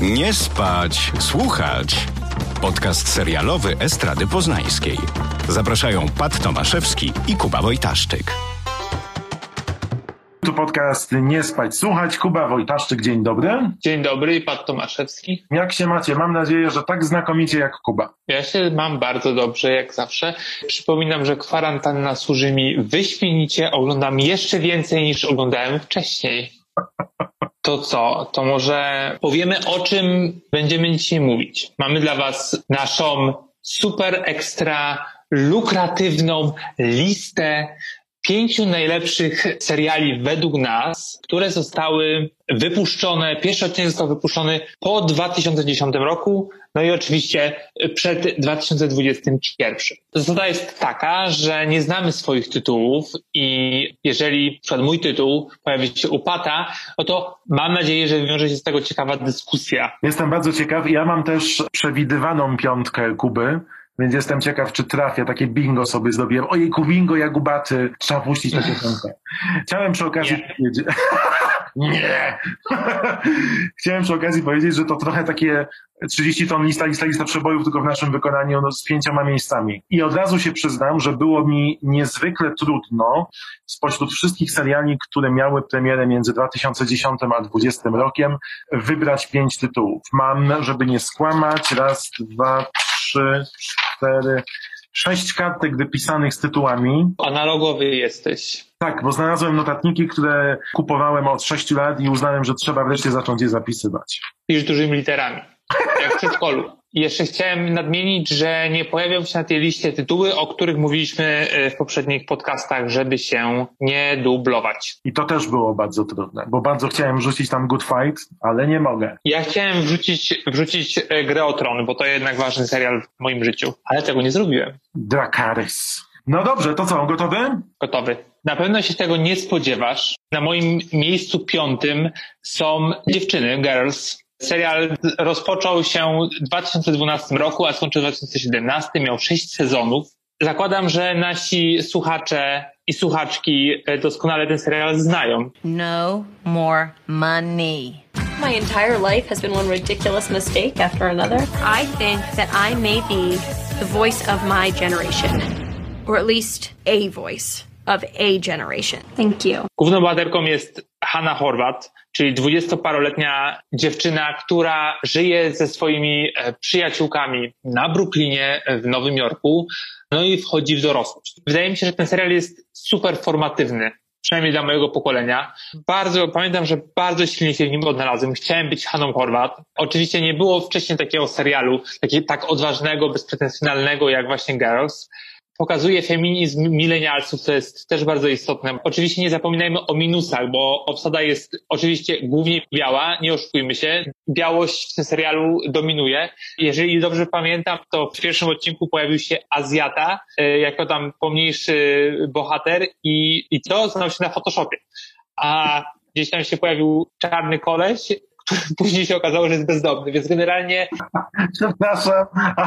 Nie spać, słuchać. Podcast serialowy Estrady Poznańskiej. Zapraszają Pat Tomaszewski i Kuba Wojtaszczyk. Tu podcast Nie spać, słuchać. Kuba Wojtaszczyk, dzień dobry. Dzień dobry i Pat Tomaszewski. Jak się macie? Mam nadzieję, że tak znakomicie jak Kuba. Ja się mam bardzo dobrze, jak zawsze. Przypominam, że kwarantanna służy mi wyśmienicie. Oglądam jeszcze więcej niż oglądałem wcześniej. To co? To może powiemy, o czym będziemy dzisiaj mówić. Mamy dla was naszą super ekstra lukratywną listę 5 najlepszych seriali według nas, które zostały wypuszczone, pierwszy odcinek został wypuszczony po 2010 roku, no i oczywiście przed 2021. Zasada jest taka, że nie znamy swoich tytułów i jeżeli na przykład mój tytuł pojawi się u Pata, no to mam nadzieję, że wywiąże się z tego ciekawa dyskusja. Jestem bardzo ciekaw. Ja mam też przewidywaną 5 Kuby. Więc jestem ciekaw, czy trafię. Takie bingo sobie zrobiłem. Ojejku, bingo, Jagubaty. Trzeba puścić taką piosenkę. Chciałem przy okazji powiedzieć... Nie! Chciałem przy okazji powiedzieć, że to trochę takie 30 ton lista przebojów, tylko w naszym wykonaniu z 5 miejscami. I od razu się przyznam, że było mi niezwykle trudno spośród wszystkich seriali, które miały premierę między 2010 a 2020 rokiem, wybrać 5 tytułów. Mam, żeby nie skłamać, 1, 2, 3, 4, 6 kartek wypisanych z tytułami. Analogowy jesteś. Tak, bo znalazłem notatniki, które kupowałem od 6 lat i uznałem, że trzeba wreszcie zacząć je zapisywać. Pisz dużymi literami, jak w przedszkolu. I jeszcze chciałem nadmienić, że nie pojawią się na tej liście tytuły, o których mówiliśmy w poprzednich podcastach, żeby się nie dublować. I to też było bardzo trudne, bo bardzo chciałem wrzucić tam Good Fight, ale nie mogę. Ja chciałem wrzucić Grę o Tron, bo to jednak ważny serial w moim życiu, ale tego nie zrobiłem. Dracarys. No dobrze, to co, gotowy? Gotowy. Na pewno się tego nie spodziewasz. Na moim miejscu 5 są Dziewczyny, Girls. Serial rozpoczął się w 2012 roku, a skończył w 2017. Miał 6 sezonów. Zakładam, że nasi słuchacze i słuchaczki doskonale ten serial znają. No more money. My entire life has been one ridiculous mistake after another. I think that I may be the voice of my generation. Or at least a voice of a generation. Thank you. Główną bohaterką jest Hannah Horvath, czyli 20-paroletnia dziewczyna, która żyje ze swoimi przyjaciółkami na Brooklynie w Nowym Jorku, no i wchodzi w dorosłość. Wydaje mi się, że ten serial jest super formatywny, przynajmniej dla mojego pokolenia. Pamiętam, że bardzo silnie się w nim odnalazłem. Chciałem być Hanną Horvath. Oczywiście nie było wcześniej takiego serialu, tak odważnego, bezpretensjonalnego jak właśnie Girls. Pokazuje feminizm milenialsów, co jest też bardzo istotne. Oczywiście nie zapominajmy o minusach, bo obsada jest oczywiście głównie biała, nie oszukujmy się. Białość w tym serialu dominuje. Jeżeli dobrze pamiętam, to w pierwszym odcinku pojawił się Azjata, jako tam pomniejszy bohater i to znał się na Photoshopie. A gdzieś tam się pojawił czarny koleś, który później się okazało, że jest bezdomny, więc generalnie... Przepraszam.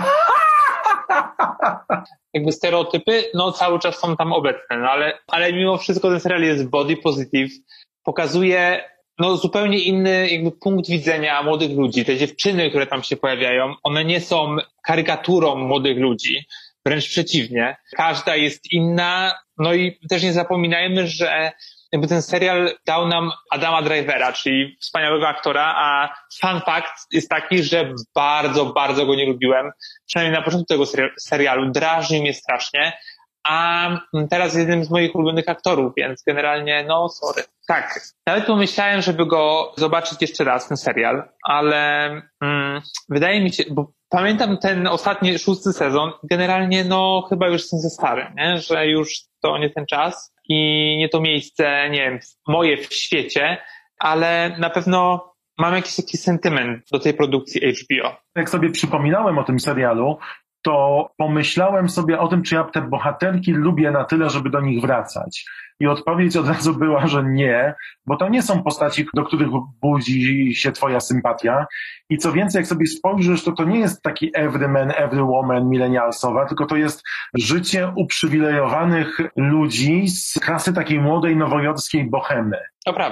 Jakby stereotypy, no cały czas są tam obecne, no ale mimo wszystko ten serial jest body positive, pokazuje no zupełnie inny jakby punkt widzenia młodych ludzi. Te dziewczyny, które tam się pojawiają, one nie są karykaturą młodych ludzi, wręcz przeciwnie. Każda jest inna, no i też nie zapominajmy, że jakby ten serial dał nam Adama Drivera, czyli wspaniałego aktora, a fun fact jest taki, że bardzo, bardzo go nie lubiłem. Przynajmniej na początku tego serialu. Drażnił mnie strasznie, a teraz jest jednym z moich ulubionych aktorów, więc generalnie no sorry. Tak, nawet pomyślałem, żeby go zobaczyć jeszcze raz, ten serial, ale wydaje mi się, bo pamiętam ten ostatni 6. sezon, generalnie no chyba już jestem za stary, nie? Że już to nie ten czas i nie to miejsce, nie wiem, moje w świecie, ale na pewno mam jakiś taki sentyment do tej produkcji HBO. Jak sobie przypominałem o tym serialu, to pomyślałem sobie o tym, czy ja te bohaterki lubię na tyle, żeby do nich wracać. I odpowiedź od razu była, że nie, bo to nie są postaci, do których budzi się twoja sympatia. I co więcej, jak sobie spojrzysz, to nie jest taki every man, every woman milenialsowa, tylko to jest życie uprzywilejowanych ludzi z klasy takiej młodej, nowojorskiej bohemy. To prawda.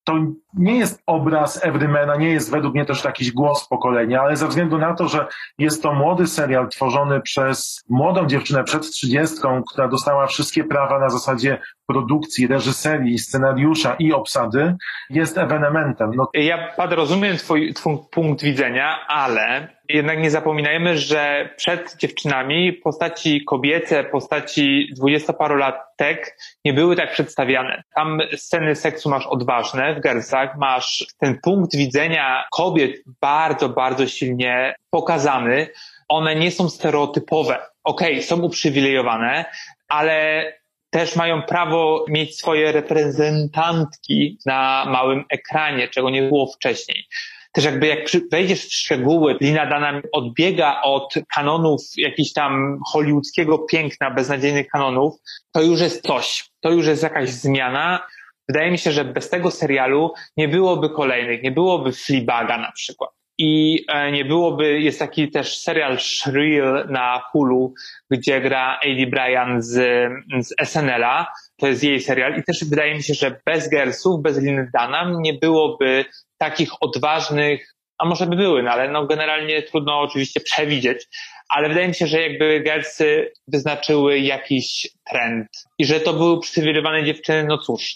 to nie jest obraz Everymana, nie jest według mnie też jakiś głos pokolenia, ale ze względu na to, że jest to młody serial tworzony przez młodą dziewczynę przed 30, która dostała wszystkie prawa na zasadzie produkcji, reżyserii, scenariusza i obsady, jest ewenementem. Ja rozumiem twój punkt widzenia, ale jednak nie zapominajmy, że przed dziewczynami postaci kobiece, postaci 20-parolatek nie były tak przedstawiane. Tam sceny seksu masz odważne w Girlsach, masz ten punkt widzenia kobiet bardzo, bardzo silnie pokazany. One nie są stereotypowe. Okej, są uprzywilejowane, ale też mają prawo mieć swoje reprezentantki na małym ekranie, czego nie było wcześniej. Też jakby jak wejdziesz w szczegóły, Lina Dunham odbiega od kanonów jakiś tam hollywoodzkiego piękna, beznadziejnych kanonów, to już jest coś. To już jest jakaś zmiana. Wydaje mi się, że bez tego serialu nie byłoby kolejnych, nie byłoby Fleabaga na przykład. I nie byłoby, jest taki też serial Shrill na Hulu, gdzie gra Aidy Bryan z SNL-a. To jest jej serial i też wydaje mi się, że bez Girlsów, bez Liny Dunham nie byłoby takich odważnych, a może by były, no ale generalnie trudno oczywiście przewidzieć, ale wydaje mi się, że jakby Girlsy wyznaczyły jakiś trend i że to były uprzywilejowane dziewczyny, no cóż,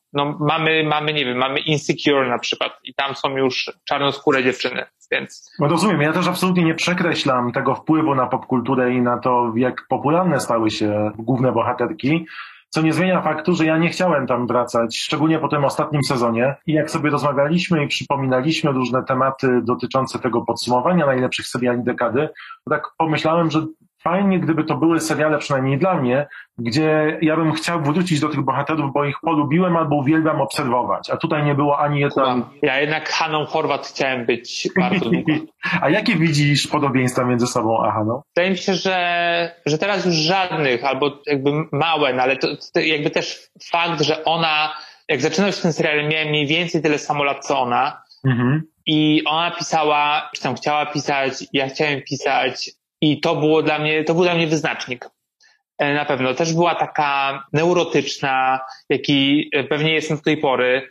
mamy, nie wiem, mamy Insecure na przykład i tam są już czarnoskóre dziewczyny, więc... No rozumiem, ja też absolutnie nie przekreślam tego wpływu na popkulturę i na to, jak popularne stały się główne bohaterki, co nie zmienia faktu, że ja nie chciałem tam wracać, szczególnie po tym ostatnim sezonie. I jak sobie rozmawialiśmy i przypominaliśmy różne tematy dotyczące tego podsumowania najlepszych seriali dekady, to tak pomyślałem, że fajnie, gdyby to były seriale, przynajmniej dla mnie, gdzie ja bym chciał wrócić do tych bohaterów, bo ich polubiłem albo uwielbiam obserwować. A tutaj nie było ani jednej... Ja jednak Haną Horvath chciałem być bardzo długo. A jakie widzisz podobieństwa między sobą a Haną? Wydaje mi się, że teraz już żadnych, albo jakby małe, no ale to jakby też fakt, że ona, jak zaczynał się ten serial, miała mniej więcej tyle samo lat, co ona. I ona pisała, czy tam chciała pisać, ja chciałem pisać, i to był dla mnie wyznacznik. Na pewno. Też była taka neurotyczna, jaki pewnie jestem do tej pory.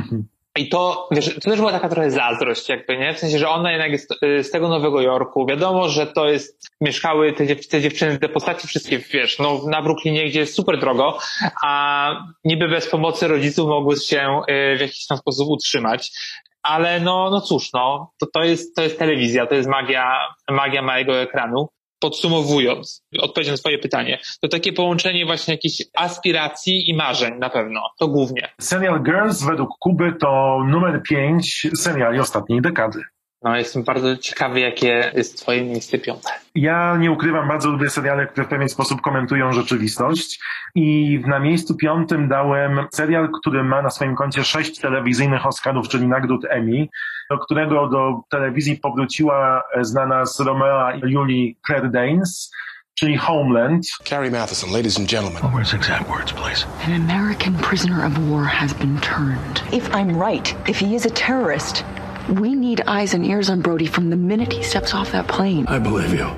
I to, wiesz, to też była taka trochę zazdrość jakby, nie? W sensie, że ona jednak jest z tego Nowego Jorku. Wiadomo, że to jest, mieszkały te dziewczyny, te postaci wszystkie, wiesz, na Brooklynie, gdzie jest super drogo, a niby bez pomocy rodziców mogły się w jakiś tam sposób utrzymać. Ale no cóż, to jest telewizja, to jest magia małego ekranu. Podsumowując, odpowiedź na twoje pytanie, to takie połączenie właśnie jakichś aspiracji i marzeń na pewno, to głównie. Serial Girls według Kuby to numer 5 seriali ostatniej dekady. Jestem bardzo ciekawy, jakie jest twoje miejsce 5. Ja nie ukrywam, bardzo lubię seriale, które w pewien sposób komentują rzeczywistość i na miejscu 5 dałem serial, który ma na swoim koncie 6 telewizyjnych Oscarów, czyli nagród Emmy, do którego do telewizji powróciła znana z Romea i Julii Claire Danes, czyli Homeland. Carrie Matheson, ladies and gentlemen. What were its exact words, please? An American prisoner of war has been turned. If I'm right, if he is a terrorist, we need eyes and ears on Brody from the minute he steps off that plane. I believe you.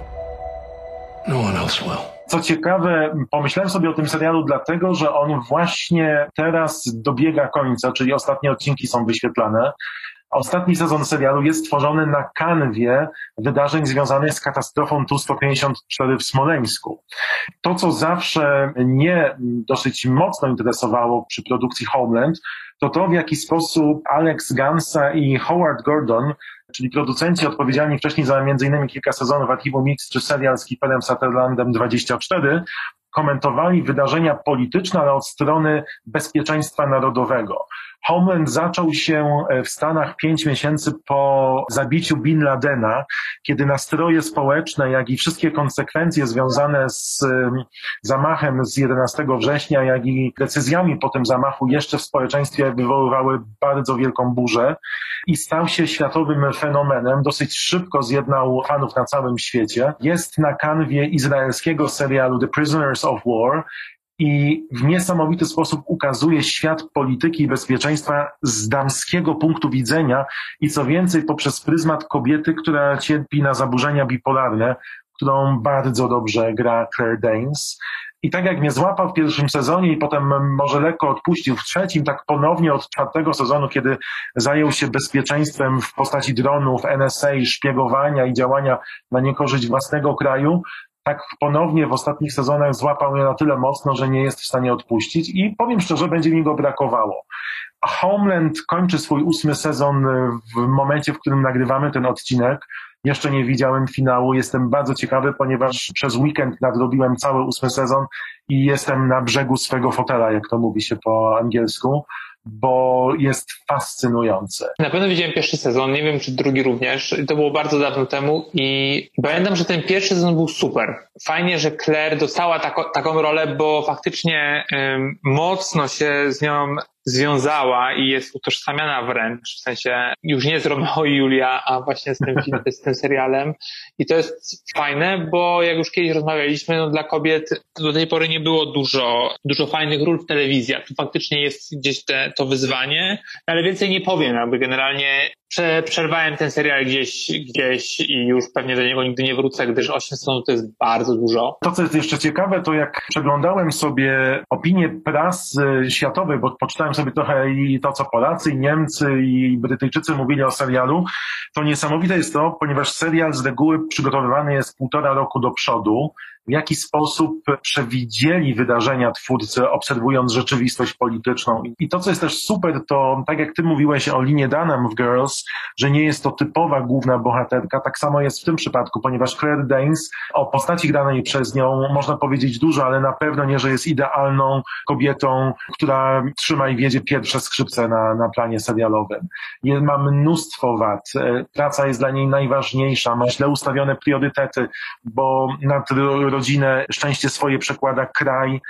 No one else will. Co ciekawe, pomyślałem sobie o tym serialu dlatego, że on właśnie teraz dobiega końca, czyli ostatnie odcinki są wyświetlane. Ostatni sezon serialu jest stworzony na kanwie wydarzeń związanych z katastrofą Tu-154 w Smoleńsku. To, co zawsze mnie dosyć mocno interesowało przy produkcji Homeland, to w jaki sposób Alex Gansa i Howard Gordon, czyli producenci odpowiedzialni wcześniej za m.in. kilka sezonów Archiwum Mix czy serial z Kieferem Sutherlandem 24, komentowali wydarzenia polityczne, ale od strony bezpieczeństwa narodowego. Homeland zaczął się w Stanach 5 miesięcy po zabiciu Bin Ladena, kiedy nastroje społeczne, jak i wszystkie konsekwencje związane z zamachem z 11 września, jak i decyzjami po tym zamachu jeszcze w społeczeństwie wywoływały bardzo wielką burzę i stał się światowym fenomenem. Dosyć szybko zjednał fanów na całym świecie. Jest na kanwie izraelskiego serialu The Prisoners of War i w niesamowity sposób ukazuje świat polityki i bezpieczeństwa z damskiego punktu widzenia i co więcej poprzez pryzmat kobiety, która cierpi na zaburzenia bipolarne, którą bardzo dobrze gra Claire Danes. I tak jak mnie złapał w pierwszym sezonie i potem może lekko odpuścił w trzecim, tak ponownie od 4. sezonu, kiedy zajął się bezpieczeństwem w postaci dronów, NSA, szpiegowania i działania na niekorzyść własnego kraju, tak ponownie w ostatnich sezonach złapał mnie na tyle mocno, że nie jest w stanie odpuścić i powiem szczerze, będzie mi go brakowało. Homeland kończy swój 8. sezon w momencie, w którym nagrywamy ten odcinek. Jeszcze nie widziałem finału, jestem bardzo ciekawy, ponieważ przez weekend nadrobiłem cały 8. sezon i jestem na brzegu swego fotela, jak to mówi się po angielsku, bo jest fascynujący. Na pewno widziałem pierwszy sezon, nie wiem czy drugi również. To było bardzo dawno temu i pamiętam, że ten pierwszy sezon był super. Fajnie, że Claire dostała taką rolę, bo faktycznie mocno się z nią związała i jest utożsamiana wręcz, w sensie już nie z Romeo i Julia, a właśnie z tym serialem. I to jest fajne, bo jak już kiedyś rozmawialiśmy, no dla kobiet do tej pory nie było dużo fajnych ról w telewizji, a tu faktycznie jest gdzieś to wyzwanie, ale więcej nie powiem, jakby generalnie przerwałem ten serial gdzieś i już pewnie do niego nigdy nie wrócę, gdyż 8 sezonów to jest bardzo dużo. To, co jest jeszcze ciekawe, to jak przeglądałem sobie opinie prasy światowej, bo poczytałem sobie trochę i to, co Polacy, i Niemcy, i Brytyjczycy mówili o serialu, to niesamowite jest to, ponieważ serial z reguły przygotowywany jest 1,5 roku do przodu, w jaki sposób przewidzieli wydarzenia twórcy, obserwując rzeczywistość polityczną. I to, co jest też super, to tak jak ty mówiłeś o Linie Dunham w Girls, że nie jest to typowa główna bohaterka, tak samo jest w tym przypadku, ponieważ Claire Danes, o postaci granej przez nią można powiedzieć dużo, ale na pewno nie, że jest idealną kobietą, która trzyma i wiedzie pierwsze skrzypce na planie serialowym. Ma mnóstwo wad. Praca jest dla niej najważniejsza, ma źle ustawione priorytety, bo nad rodzinę szczęście swoje przekłada kraj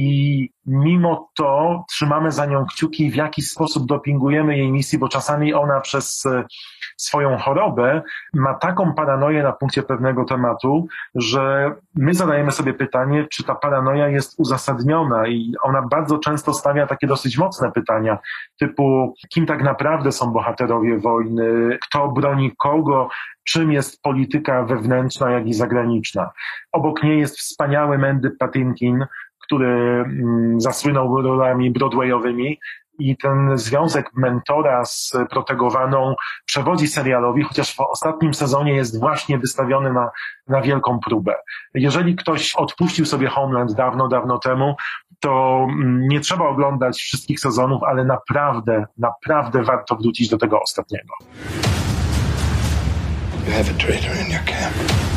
i mimo to trzymamy za nią kciuki, w jaki sposób dopingujemy jej misji, bo czasami ona przez swoją chorobę ma taką paranoję na punkcie pewnego tematu, że my zadajemy sobie pytanie, czy ta paranoja jest uzasadniona i ona bardzo często stawia takie dosyć mocne pytania, typu kim tak naprawdę są bohaterowie wojny, kto broni kogo, czym jest polityka wewnętrzna, jak i zagraniczna. Obok niej jest wspaniały Mandy Patinkin, który zasłynął rolami broadwayowymi i ten związek mentora z protegowaną przewodzi serialowi, chociaż w ostatnim sezonie jest właśnie wystawiony na wielką próbę. Jeżeli ktoś odpuścił sobie Homeland dawno temu, to nie trzeba oglądać wszystkich sezonów, ale naprawdę warto wrócić do tego ostatniego. You have a traitor in your camp.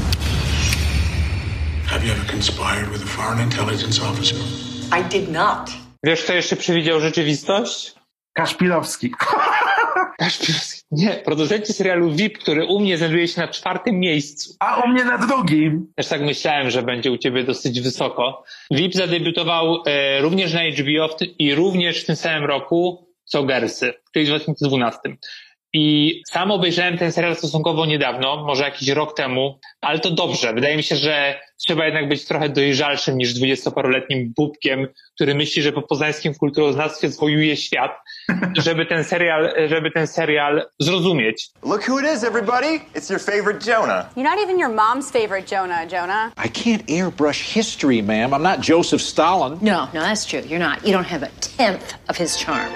Have you ever conspired with a foreign intelligence officer? I did not. Wiesz, kto jeszcze przewidział rzeczywistość? Kaszpilowski. Kaszpilowski. Nie, producenci serialu VIP, który u mnie znajduje się na 4. miejscu. A u mnie na 2. Też tak myślałem, że będzie u ciebie dosyć wysoko. VIP zadebiutował również na HBO i również w tym samym roku co Girlsy, czyli w 2012. I sam obejrzałem ten serial stosunkowo niedawno, może jakiś rok temu, ale to dobrze. Wydaje mi się, że trzeba jednak być trochę dojrzalszym niż 20-paroletnim bubkiem, który myśli, że po poznańskim kulturoznawstwie zwojuje świat, żeby ten serial zrozumieć. Look who it is, everybody! It's your favorite Jonah. You're not even your mom's favorite Jonah. I can't airbrush history, ma'am. I'm not Joseph Stalin. No, that's true. You're not. You don't have a tenth of his charm.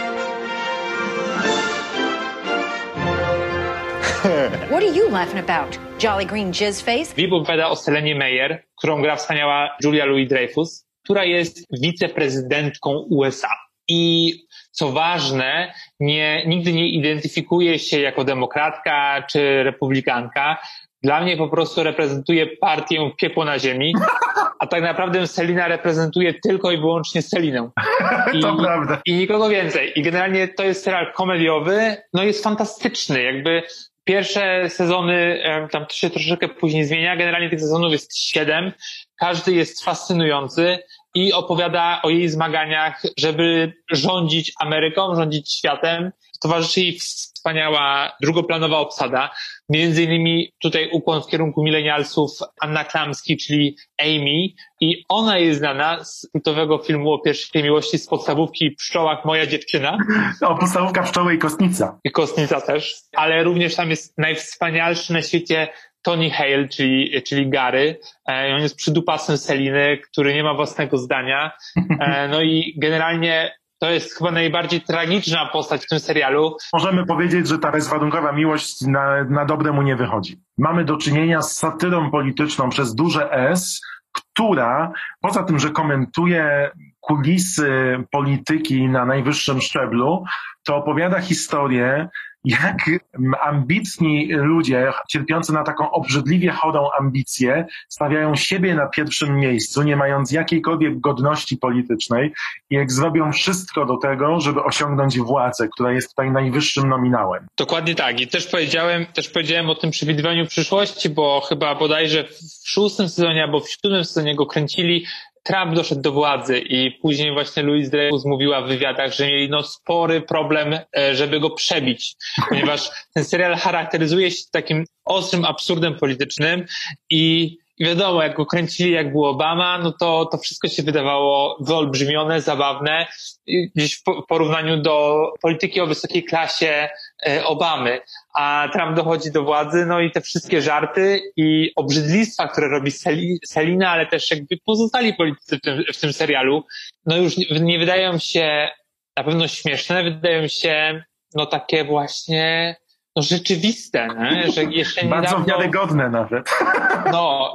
What are you laughing about, jolly green jizz face? VIP opowiada o Selenie Meyer, którą gra wspaniała Julia Louis-Dreyfus, która jest wiceprezydentką USA. I co ważne, nigdy nie identyfikuje się jako demokratka czy republikanka. Dla mnie po prostu reprezentuje partię Piekło na ziemi, a tak naprawdę Selina reprezentuje tylko i wyłącznie Selinę. To prawda. I nikogo więcej. I generalnie to jest serial komediowy, no jest fantastyczny, jakby pierwsze sezony tam się troszeczkę później zmienia, generalnie tych sezonów jest 7, każdy jest fascynujący i opowiada o jej zmaganiach, żeby rządzić Ameryką, rządzić światem. Towarzyszy jej wspaniała drugoplanowa obsada, między innymi tutaj ukłon w kierunku milenialsów Anna Klamski, czyli Amy, i ona jest znana z kultowego filmu o pierwszej miłości z podstawówki Pszczołach Moja dziewczyna. O, podstawówka Pszczoły i Kostnica. I Kostnica też, ale również tam jest najwspanialszy na świecie Tony Hale, czyli Gary. On jest przydupasem Seliny, który nie ma własnego zdania. No i generalnie to jest chyba najbardziej tragiczna postać w tym serialu. Możemy powiedzieć, że ta bezwarunkowa miłość na dobre mu nie wychodzi. Mamy do czynienia z satyrą polityczną przez duże S, która poza tym, że komentuje kulisy polityki na najwyższym szczeblu, to opowiada historię, jak ambitni ludzie, cierpiący na taką obrzydliwie chorą ambicję, stawiają siebie na pierwszym miejscu, nie mając jakiejkolwiek godności politycznej i jak zrobią wszystko do tego, żeby osiągnąć władzę, która jest tutaj najwyższym nominałem. Dokładnie tak. I też powiedziałem o tym przewidywaniu przyszłości, bo chyba bodajże w 6. sezonie albo w 7. sezonie go kręcili. Trump doszedł do władzy i później właśnie Louise Dreyfus mówiła w wywiadach, że mieli spory problem, żeby go przebić, ponieważ ten serial charakteryzuje się takim ostrym absurdem politycznym i wiadomo, jak go kręcili, jak był Obama, no to wszystko się wydawało wyolbrzymione, zabawne, gdzieś w porównaniu do polityki o wysokiej klasie Obamy. A Trump dochodzi do władzy, no i te wszystkie żarty i obrzydlistwa, które robi Selina, ale też jakby pozostali politycy w tym serialu, no już nie wydają się na pewno śmieszne, wydają się takie właśnie rzeczywiste, nie? Że jeszcze niedawno... Bardzo wiarygodne nawet. No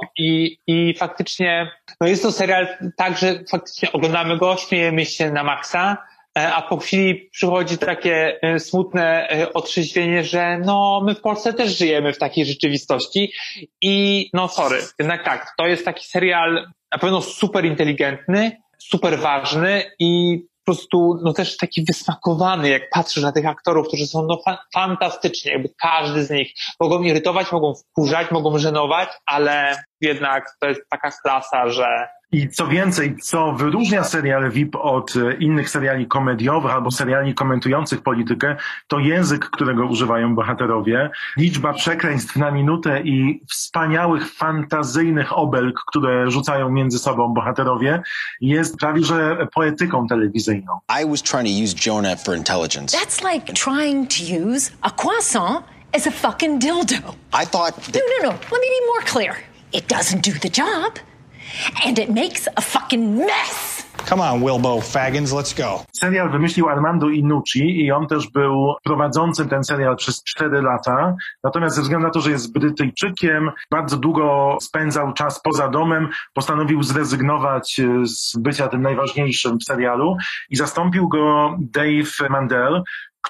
i faktycznie jest to serial tak, że faktycznie oglądamy go, śmiejemy się na maksa, a po chwili przychodzi takie smutne otrzeźwienie, że my w Polsce też żyjemy w takiej rzeczywistości i jednak tak, to jest taki serial na pewno super inteligentny, super ważny i po prostu też taki wysmakowany, jak patrzysz na tych aktorów, którzy są fantastyczni, jakby każdy z nich. Mogą irytować, mogą wkurzać, mogą żenować, ale jednak to jest taka klasa, że... I co więcej, co wyróżnia serial VIP od innych seriali komediowych albo seriali komentujących politykę, to język, którego używają bohaterowie, liczba przekleństw na minutę i wspaniałych, fantazyjnych obelg, które rzucają między sobą bohaterowie, jest prawie że poetyką telewizyjną. I was trying to use Jonah for intelligence. That's like trying to use a croissant as a fucking dildo. I thought... No. Let me be more clear. It doesn't do the job. And it makes a fucking mess. Come on, Wilbo Faggins, let's go. Serial wymyślił Armando Iannucci i on też był prowadzącym ten serial przez 4 lata. Natomiast ze względu na to, że jest Brytyjczykiem, bardzo długo spędzał czas poza domem, postanowił zrezygnować z bycia tym najważniejszym w serialu i zastąpił go Dave Mandel,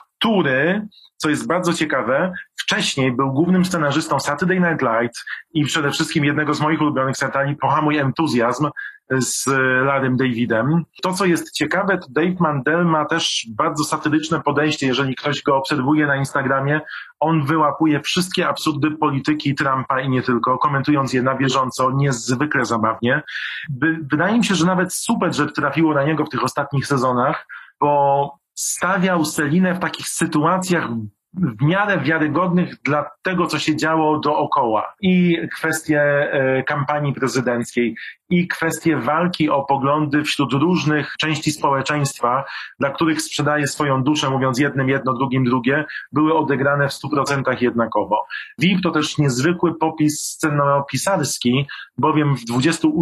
który, co jest bardzo ciekawe, wcześniej był głównym scenarzystą Saturday Night Live i przede wszystkim jednego z moich ulubionych seriali Pohamuj entuzjazm z Larrym Davidem. To, co jest ciekawe, to Dave Mandel ma też bardzo satyryczne podejście. Jeżeli ktoś go obserwuje na Instagramie, on wyłapuje wszystkie absurdy polityki Trumpa i nie tylko, komentując je na bieżąco, niezwykle zabawnie. Wydaje mi się, że nawet super, że trafiło na niego w tych ostatnich sezonach, bo stawiał Selinę w takich sytuacjach w miarę wiarygodnych dla tego, co się działo dookoła. I kwestie kampanii prezydenckiej, i kwestie walki o poglądy wśród różnych części społeczeństwa, dla których sprzedaje swoją duszę, mówiąc jednym jedno, drugim drugie, były odegrane w 100% jednakowo. VIP to też niezwykły popis scenopisarski, bowiem w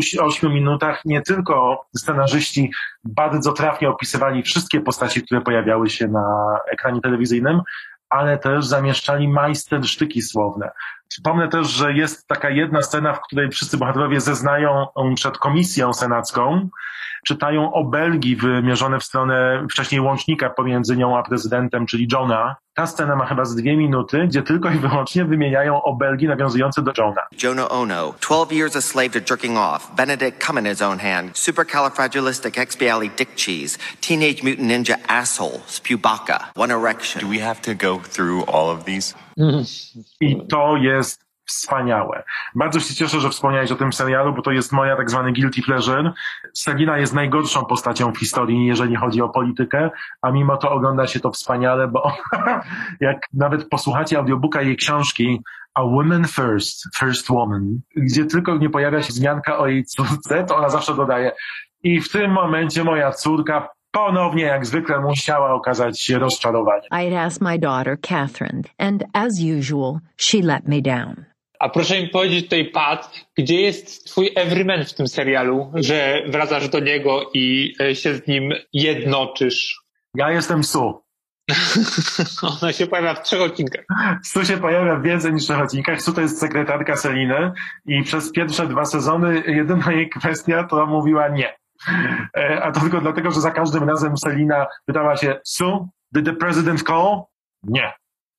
28 minutach nie tylko scenarzyści bardzo trafnie opisywali wszystkie postaci, które pojawiały się na ekranie telewizyjnym, ale też zamieszczali majstersztyki słowne. Przypomnę też, że jest taka jedna scena, w której wszyscy bohaterowie zeznają przed komisją senacką, czytają obelgi wymierzone w stronę wcześniej łącznika pomiędzy nią a prezydentem, czyli Johna. Ta scena ma chyba z 2 minuty, gdzie tylko i wyłącznie wymieniają obelgi nawiązujące do Johna. Jonah Ono, 12 years a slave to jerking off, Benedict come in his own hand, supercalifragilisticexpialidocious dick cheese, teenage mutant ninja asshole, Spewbacca, one erection. Do we have to go through all of these? I to jest wspaniałe. Bardzo się cieszę, że wspomniałeś o tym serialu, bo to jest moja tak zwany guilty pleasure. Selina jest najgorszą postacią w historii, jeżeli chodzi o politykę, a mimo to ogląda się to wspaniale, bo jak nawet posłuchacie audiobooka jej książki A Woman First Woman, gdzie tylko nie pojawia się wzmianka o jej córce, to ona zawsze dodaje i w tym momencie moja córka ponownie, jak zwykle, musiała okazać się rozczarowaniem. I'd asked my daughter, Catherine, and as usual, she let me down. A proszę mi powiedzieć tutaj, Pat, gdzie jest twój everyman w tym serialu, że wracasz do niego i się z nim jednoczysz? Ja jestem Sue. Ona się pojawia w 3 odcinkach. Sue się pojawia w więcej niż 3 odcinkach. Sue to jest sekretarka Seliny i przez pierwsze 2 sezony jedyna jej kwestia to mówiła nie. A to tylko dlatego, że za każdym razem Selina pytała się: Sue, did the president call? Nie.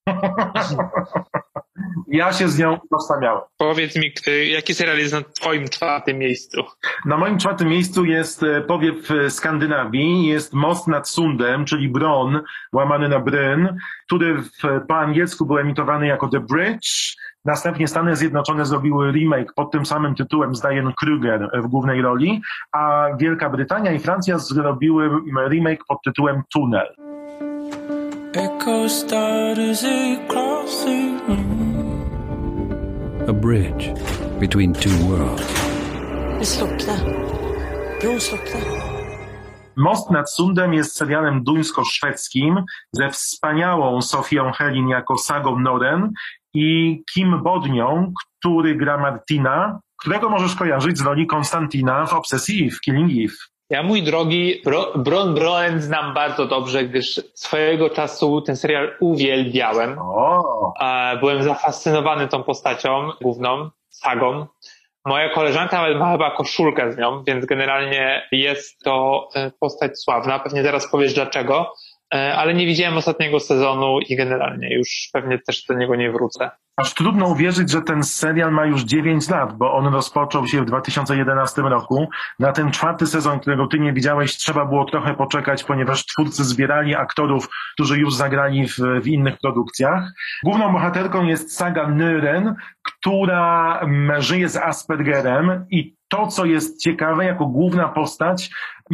Ja się z nią tożsamiałem. Powiedz mi, jaki serial jest na twoim 4. miejscu? Na moim 4. miejscu jest powiew Skandynawii, jest Most nad Sundem, czyli Bron, łamany na Bryn, który po angielsku był emitowany jako The Bridge. Następnie Stany Zjednoczone zrobiły remake pod tym samym tytułem z Diane Kruger w głównej roli, a Wielka Brytania i Francja zrobiły remake pod tytułem Tunel. Echo starters across the room. A bridge between two worlds. Most nad Sundem jest serialem duńsko-szwedzkim ze wspaniałą Sofią Helin jako Sagą Noren i Kim Bodnią, który gra Martina, którego możesz kojarzyć z roli Konstantina w Obsesji Eve, Killing Eve. Ja, mój drogi, Bron znam bardzo dobrze, gdyż swojego czasu ten serial uwielbiałem. Byłem zafascynowany tą postacią główną, Sagą. Moja koleżanka ma chyba koszulkę z nią, więc generalnie jest to postać sławna. Pewnie zaraz powiesz dlaczego, ale nie widziałem ostatniego sezonu i generalnie już pewnie też do niego nie wrócę. Aż trudno uwierzyć, że ten serial ma już 9 lat, bo on rozpoczął się w 2011 roku. Na ten 4. sezon, którego ty nie widziałeś, trzeba było trochę poczekać, ponieważ twórcy zbierali aktorów, którzy już zagrali w innych produkcjach. Główną bohaterką jest Saga Noren, która żyje z Aspergerem i to, co jest ciekawe, jako główna postać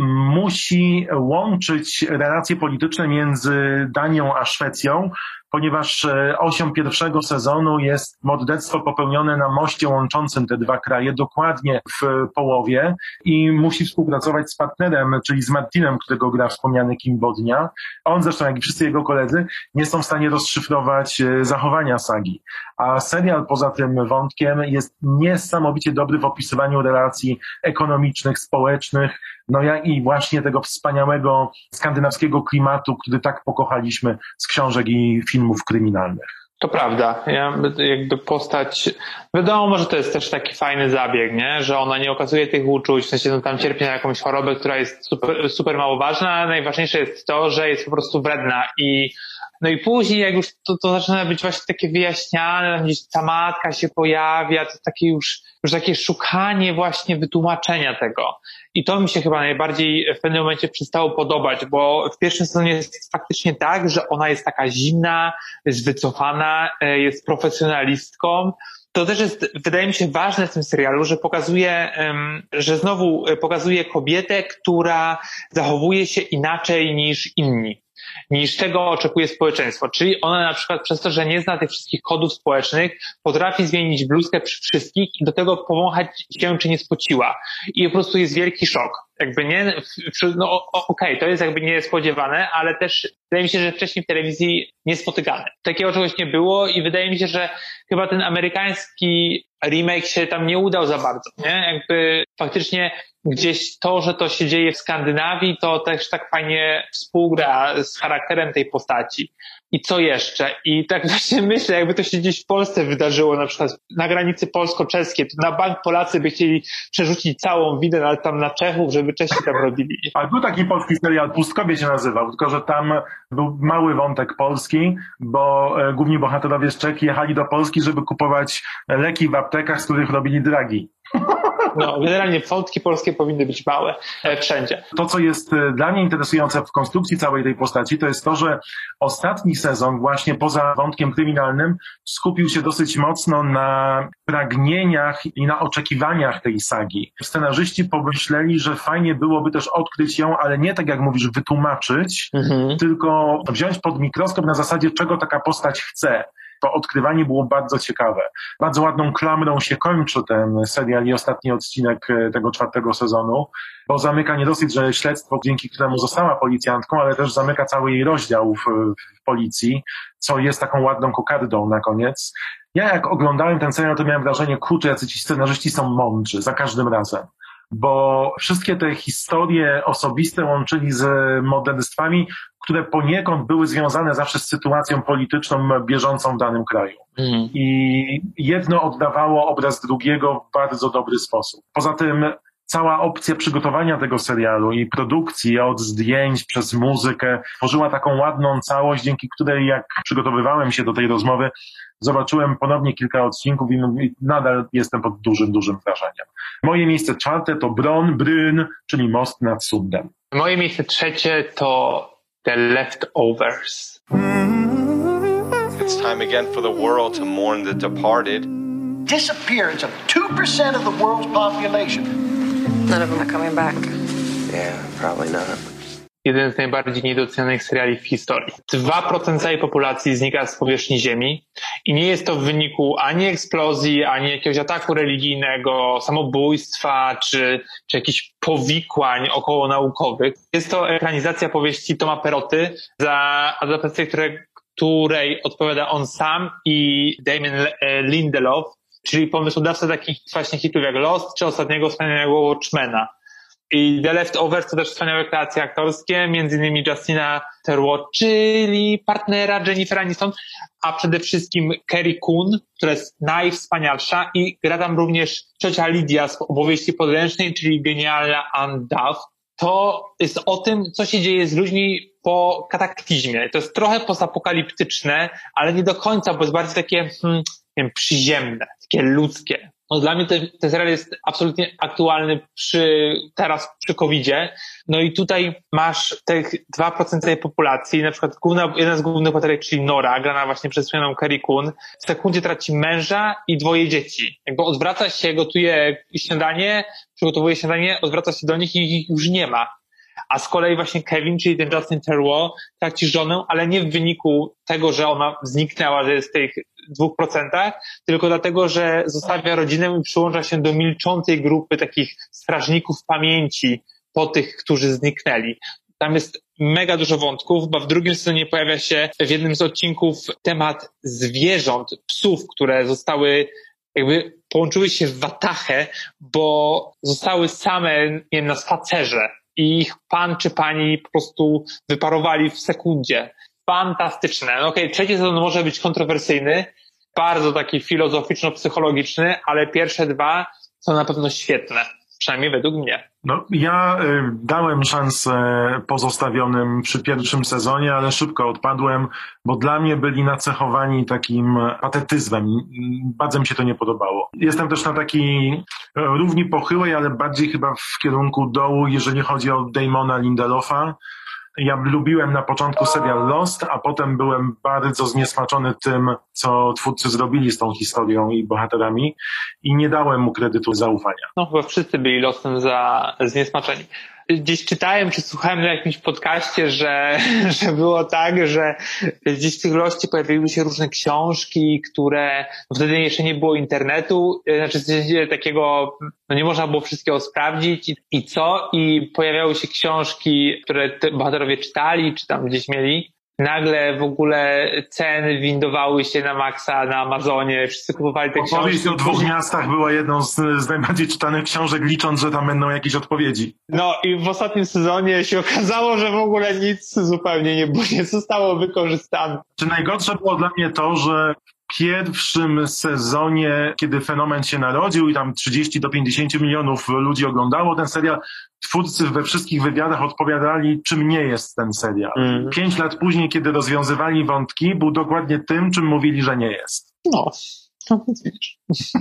musi łączyć relacje polityczne między Danią a Szwecją, ponieważ osią 1. sezonu jest morderstwo popełnione na moście łączącym te 2 kraje, dokładnie w połowie, i musi współpracować z partnerem, czyli z Martinem, którego gra wspomniany Kim Bodnia. On zresztą, jak i wszyscy jego koledzy, nie są w stanie rozszyfrować zachowania Sagi. A serial poza tym wątkiem jest niesamowicie dobry w opisywaniu relacji ekonomicznych, społecznych, no jak i właśnie tego wspaniałego skandynawskiego klimatu, który tak pokochaliśmy z książek i filmów kryminalnych. To prawda. Jakby postać, wiadomo, że to jest też taki fajny zabieg, nie? Że ona nie okazuje tych uczuć, w sensie tam cierpi na jakąś chorobę, która jest super mało ważna, a najważniejsze jest to, że jest po prostu wredna no i później jak już to zaczyna być właśnie takie wyjaśniane, gdzieś ta matka się pojawia, to takie już takie szukanie właśnie wytłumaczenia tego. I to mi się chyba najbardziej w pewnym momencie przestało podobać, bo w 1. sezonie jest faktycznie tak, że ona jest taka zimna, jest wycofana, jest profesjonalistką. To też jest, wydaje mi się, ważne w tym serialu, że znowu pokazuje kobietę, która zachowuje się inaczej niż inni, niż tego oczekuje społeczeństwo. Czyli ona na przykład przez to, że nie zna tych wszystkich kodów społecznych, potrafi zmienić bluzkę przy wszystkich i do tego powąchać się, czy nie spociła. I po prostu jest wielki szok. Jakby nie, okej, to jest jakby niespodziewane, ale też wydaje mi się, że wcześniej w telewizji niespotykane. Takiego czegoś nie było i wydaje mi się, że chyba ten amerykański remake się tam nie udał za bardzo, nie? Jakby faktycznie gdzieś to, że to się dzieje w Skandynawii, to też tak fajnie współgra z charakterem tej postaci. I co jeszcze? I tak właśnie myślę, jakby to się gdzieś w Polsce wydarzyło, na przykład na granicy polsko-czeskiej, to na bank Polacy by chcieli przerzucić całą winę tam na Czechów, żeby Czesi tam robili. Ale był taki polski serial, Pustkowie się nazywał, tylko że tam był mały wątek polski, bo główni bohaterowie z Czech jechali do Polski, żeby kupować leki w aptekach, z których robili dragi. No, generalnie wątki polskie powinny być małe wszędzie. To, co jest dla mnie interesujące w konstrukcji całej tej postaci, to jest to, że ostatni sezon właśnie poza wątkiem kryminalnym skupił się dosyć mocno na pragnieniach i na oczekiwaniach tej sagi. Scenarzyści pomyśleli, że fajnie byłoby też odkryć ją, ale nie tak jak mówisz, wytłumaczyć, tylko wziąć pod mikroskop na zasadzie, czego taka postać chce. To odkrywanie było bardzo ciekawe. Bardzo ładną klamrą się kończy ten serial i ostatni odcinek tego 4. sezonu, bo zamyka nie dosyć, że śledztwo, dzięki któremu została policjantką, ale też zamyka cały jej rozdział w policji, co jest taką ładną kokardą na koniec. Ja jak oglądałem ten serial, to miałem wrażenie, kurczę, jacy ci scenarzyści są mądrzy za każdym razem. Bo wszystkie te historie osobiste łączyli z morderstwami, które poniekąd były związane zawsze z sytuacją polityczną bieżącą w danym kraju. I jedno oddawało obraz drugiego w bardzo dobry sposób. Poza tym cała opcja przygotowania tego serialu i produkcji od zdjęć przez muzykę tworzyła taką ładną całość, dzięki której jak przygotowywałem się do tej rozmowy, zobaczyłem ponownie kilka odcinków i nadal jestem pod dużym wrażeniem. Moje miejsce 4 to Bryn, czyli Most nad Sundem. Moje miejsce 3 to The Leftovers. It's time again for the world to mourn the departed. Disappearance of 2% of the world's population. None of them are coming back. Yeah, probably not. Jeden z najbardziej niedocenianych seriali w historii. 2% całej populacji znika z powierzchni Ziemi i nie jest to w wyniku ani eksplozji, ani jakiegoś ataku religijnego, samobójstwa, czy jakichś powikłań okołonaukowych. Jest to ekranizacja powieści Toma Perrotty, za adaptację której odpowiada on sam i Damon Lindelof, czyli pomysłodawca takich właśnie hitów jak Lost czy ostatniego wspaniałego Watchmena. I The Leftovers to też wspaniałe kreacje aktorskie, między innymi Justina Theroux, czyli partnera Jennifer Aniston, a przede wszystkim Carrie Coon, która jest najwspanialsza i gra tam również ciocia Lydia z opowieści podręcznej, czyli genialna Anne Duff. To jest o tym, co się dzieje z ludźmi po kataklizmie. To jest trochę postapokaliptyczne, ale nie do końca, bo jest bardziej takie przyziemne, takie ludzkie. No, dla mnie ten serial jest absolutnie aktualny teraz przy COVID-zie. No i tutaj masz tych 2% tej populacji, na przykład jeden z głównych bohaterek, czyli Nora, grana właśnie przez wspomnianą Carrie Coon, w sekundzie traci męża i 2 dzieci. Jakby odwraca się, gotuje śniadanie, przygotowuje śniadanie, odwraca się do nich i ich już nie ma. A z kolei właśnie Kevin, czyli ten Justin Theroux, traci żonę, ale nie w wyniku tego, że ona zniknęła, że jest w tych 2%, tylko dlatego, że zostawia rodzinę i przyłącza się do milczącej grupy takich strażników pamięci po tych, którzy zniknęli. Tam jest mega dużo wątków, bo w drugim sezonie pojawia się w jednym z odcinków temat zwierząt, psów, które zostały połączyły się w watachę, bo zostały same, nie wiem, na spacerze. I ich pan czy pani po prostu wyparowali w sekundzie. Fantastyczne. No okej, 3 sezon może być kontrowersyjny, bardzo taki filozoficzno-psychologiczny, ale pierwsze 2 są na pewno świetne. Przynajmniej według mnie. No, ja dałem szansę pozostawionym przy pierwszym sezonie, ale szybko odpadłem, bo dla mnie byli nacechowani takim patetyzmem. Bardzo mi się to nie podobało. Jestem też na takiej równi pochyłej, ale bardziej chyba w kierunku dołu, jeżeli chodzi o Damona Lindelofa. Ja lubiłem na początku serial Lost, a potem byłem bardzo zniesmaczony tym, co twórcy zrobili z tą historią i bohaterami i nie dałem mu kredytu zaufania. No chyba wszyscy byli Lostem zniesmaczeni. Gdzieś czytałem, czy słuchałem na jakimś podcaście, że było tak, że gdzieś w tych Loście pojawiły się różne książki, które wtedy jeszcze nie było internetu, znaczy takiego, no nie można było wszystkiego sprawdzić i pojawiały się książki, które te bohaterowie czytali, czy tam gdzieś mieli. Nagle w ogóle ceny windowały się na maksa na Amazonie, wszyscy kupowali te książki. Opowieść o 2 miastach była jedną z najbardziej czytanych książek, licząc, że tam będą jakieś odpowiedzi. No i w ostatnim sezonie się okazało, że w ogóle nic zupełnie nie zostało wykorzystane. Czy najgorsze było dla mnie to, że w pierwszym sezonie, kiedy fenomen się narodził i tam 30 do 50 milionów ludzi oglądało ten serial, twórcy we wszystkich wywiadach odpowiadali, czym nie jest ten serial. 5 lat później, kiedy rozwiązywali wątki, był dokładnie tym, czym mówili, że nie jest. No więc widzisz.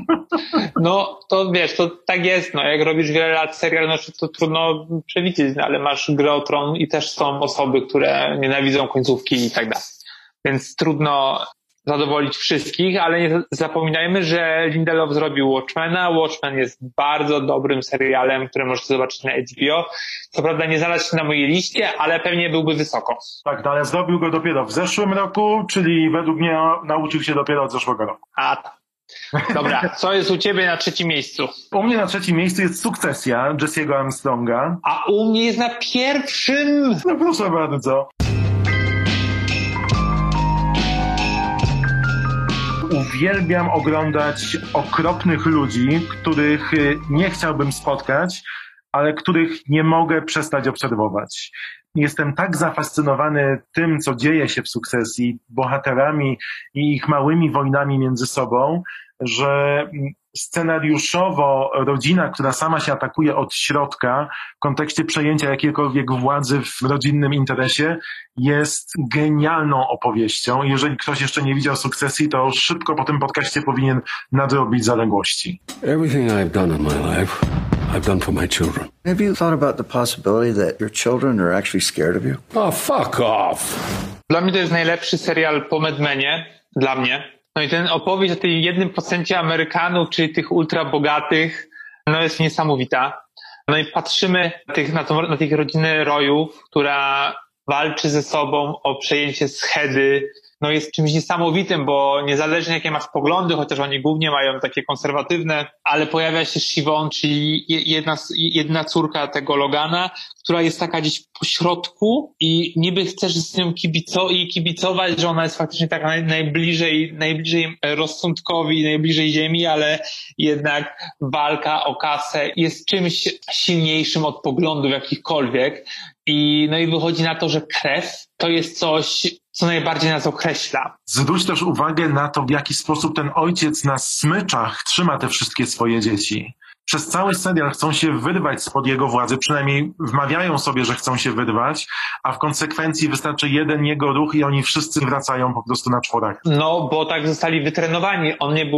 No to wiesz, to tak jest, no jak robisz wiele lat serial, no to trudno przewidzieć, no, ale masz Grę o Tron i też są osoby, które nienawidzą końcówki i tak dalej. Więc trudno zadowolić wszystkich, ale nie zapominajmy, że Lindelof zrobił Watchmena. Watchmen jest bardzo dobrym serialem, który możecie zobaczyć na HBO. Co prawda nie znalazł się na mojej liście, ale pewnie byłby wysoko. Tak, no ale zrobił go dopiero w zeszłym roku, czyli według mnie nauczył się dopiero od zeszłego roku. Dobra, co jest u ciebie na trzecim miejscu? U mnie na trzecim miejscu jest Sukcesja Jesse'ego Armstronga. A u mnie jest na pierwszym! No proszę bardzo. Uwielbiam oglądać okropnych ludzi, których nie chciałbym spotkać, ale których nie mogę przestać obserwować. Jestem tak zafascynowany tym, co dzieje się w Sukcesji, bohaterami i ich małymi wojnami między sobą, że scenariuszowo rodzina, która sama się atakuje od środka w kontekście przejęcia jakiejkolwiek władzy w rodzinnym interesie, jest genialną opowieścią. Jeżeli ktoś jeszcze nie widział Sukcesji, to szybko po tym podcaście powinien nadrobić zaległości. Everything I've done in my life, I've done for my children. Have you thought about the possibility that your children are actually scared of you? Oh, fuck off! Dla mnie to jest najlepszy serial po Mad Menie. Dla mnie. No i ten opowieść o tej 1% Amerykanów, czyli tych ultrabogatych, no jest niesamowita. No i patrzymy na tych rodziny Royów, która walczy ze sobą o przejęcie Schedy. No jest czymś niesamowitym, bo niezależnie jakie masz poglądy, chociaż oni głównie mają takie konserwatywne, ale pojawia się Siobhan, czyli jedna córka tego Logana, która jest taka gdzieś po środku i niby chcesz z nią kibicować, że ona jest faktycznie taka najbliżej rozsądkowi, najbliżej ziemi, ale jednak walka o kasę jest czymś silniejszym od poglądów jakichkolwiek. No i wychodzi na to, że krew to jest coś, co najbardziej nas określa. Zwróć też uwagę na to, w jaki sposób ten ojciec na smyczach trzyma te wszystkie swoje dzieci. Przez cały serial chcą się wyrwać spod jego władzy, przynajmniej wmawiają sobie, że chcą się wyrwać, a w konsekwencji wystarczy jeden jego ruch i oni wszyscy wracają po prostu na czworach. No, bo tak zostali wytrenowani.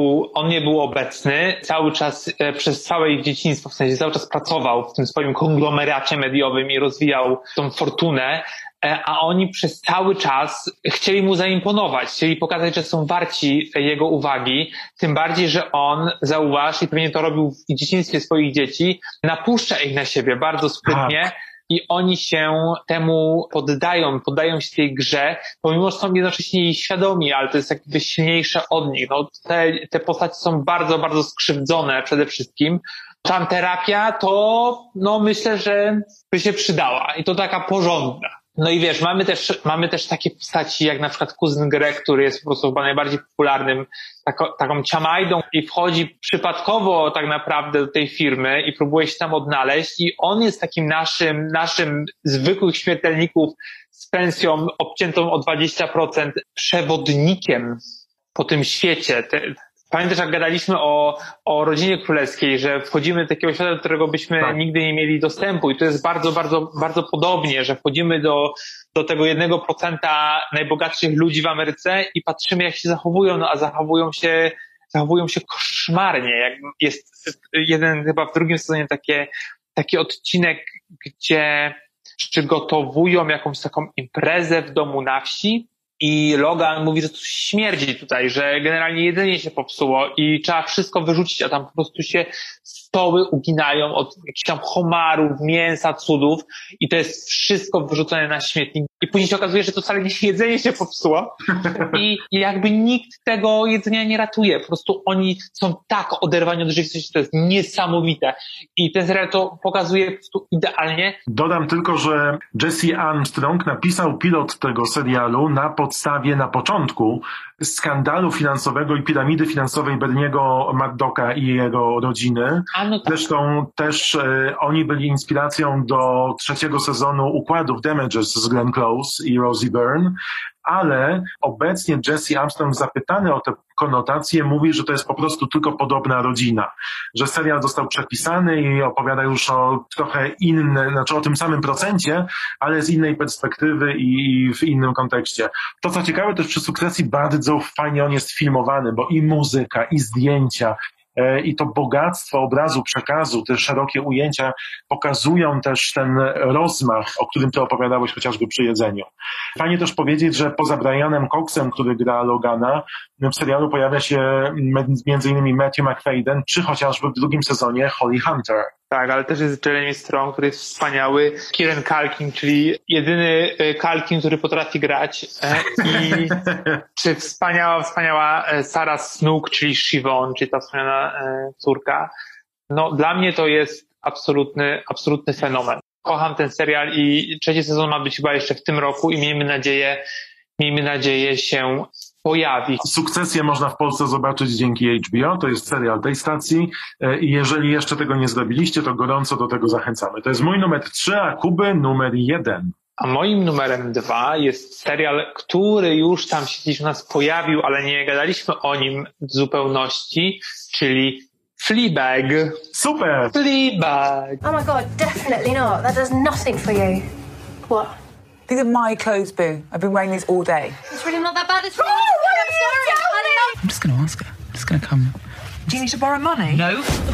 On nie był obecny cały czas, przez całe ich dzieciństwo, w sensie cały czas pracował w tym swoim konglomeracie mediowym i rozwijał tą fortunę, a oni przez cały czas chcieli mu zaimponować, chcieli pokazać, że są warci jego uwagi, tym bardziej, że on, zauważ, i pewnie to robił w dzieciństwie swoich dzieci, napuszcza ich na siebie bardzo sprytnie i oni się temu poddają się tej grze, pomimo, że są jednocześnie jej świadomi, ale to jest jakby silniejsze od nich. No, te postacie są bardzo, bardzo skrzywdzone przede wszystkim. Tam terapia to, no myślę, że by się przydała i to taka porządna. No i wiesz, mamy też takie postaci jak na przykład kuzyn Greg, który jest po prostu chyba najbardziej popularnym taką ciamajdą i wchodzi przypadkowo tak naprawdę do tej firmy i próbuje się tam odnaleźć i on jest takim naszym zwykłych śmiertelników z pensją obciętą o 20% przewodnikiem po tym świecie. Pamiętasz, jak gadaliśmy o rodzinie królewskiej, że wchodzimy do takiego świata, do którego byśmy nigdy nie mieli dostępu i to jest bardzo, bardzo, bardzo podobnie, że wchodzimy do tego 1% najbogatszych ludzi w Ameryce i patrzymy, jak się zachowują, no a zachowują się koszmarnie. Jak jest jeden chyba w drugim sezonie taki odcinek, gdzie przygotowują jakąś taką imprezę w domu na wsi. I Logan mówi, że to śmierdzi tutaj, że generalnie jedzenie się popsuło i trzeba wszystko wyrzucić, a tam po prostu się stoły uginają od jakichś tam homarów, mięsa, cudów i to jest wszystko wyrzucone na śmietnik. I później się okazuje, że to wcale nie jedzenie się popsuło i jakby nikt tego jedzenia nie ratuje. Po prostu oni są tak oderwani od rzeczywistości, to jest niesamowite. I ten serial to pokazuje po prostu idealnie. Dodam tylko, że Jesse Armstrong napisał pilot tego serialu na podstawie na początku skandalu finansowego i piramidy finansowej Berniego Murdocka i jego rodziny. Zresztą też oni byli inspiracją do 3. sezonu Układów Damages z Glenn Close i Rosie Byrne, ale obecnie Jesse Armstrong, zapytany o te konotacje, mówi, że to jest po prostu tylko podobna rodzina, że serial został przepisany i opowiada już o trochę o tym samym procencie, ale z innej perspektywy i w innym kontekście. To, co ciekawe też przy Sukcesji, bardzo fajnie on jest filmowany, bo i muzyka, i zdjęcia, i to bogactwo obrazu, przekazu, te szerokie ujęcia pokazują też ten rozmach, o którym ty opowiadałeś chociażby przy jedzeniu. Fajnie też powiedzieć, że poza Brianem Coxem, który gra Logana, w serialu pojawia się m.in. Matthew McFadden, czy chociażby w drugim sezonie Holly Hunter. Tak, ale też jest Jeremy Strong, który jest wspaniały. Kieran Culkin, czyli jedyny Culkin, który potrafi grać. I czy wspaniała Sarah Snook, czyli Siobhan, czyli ta wspomniana córka. No, dla mnie to jest absolutny fenomen. Kocham ten serial i trzeci sezon ma być chyba jeszcze w tym roku i miejmy nadzieję się pojawi. Sukcesję można w Polsce zobaczyć dzięki HBO, to jest serial tej stacji i jeżeli jeszcze tego nie zrobiliście, to gorąco do tego zachęcamy. To jest mój numer 3, a Kuby numer 1. A moim numerem 2 jest serial, który już tam się gdzieś u nas pojawił, ale nie gadaliśmy o nim w zupełności, czyli Fleabag. Super! Fleabag! Oh my god, definitely not. That does nothing for you. What? These are my clothes, Boo. I've been wearing these all day. It's really not that bad. It's really not that bad. I'm just going to ask her. I'm just going to come. Do you need to borrow money? No.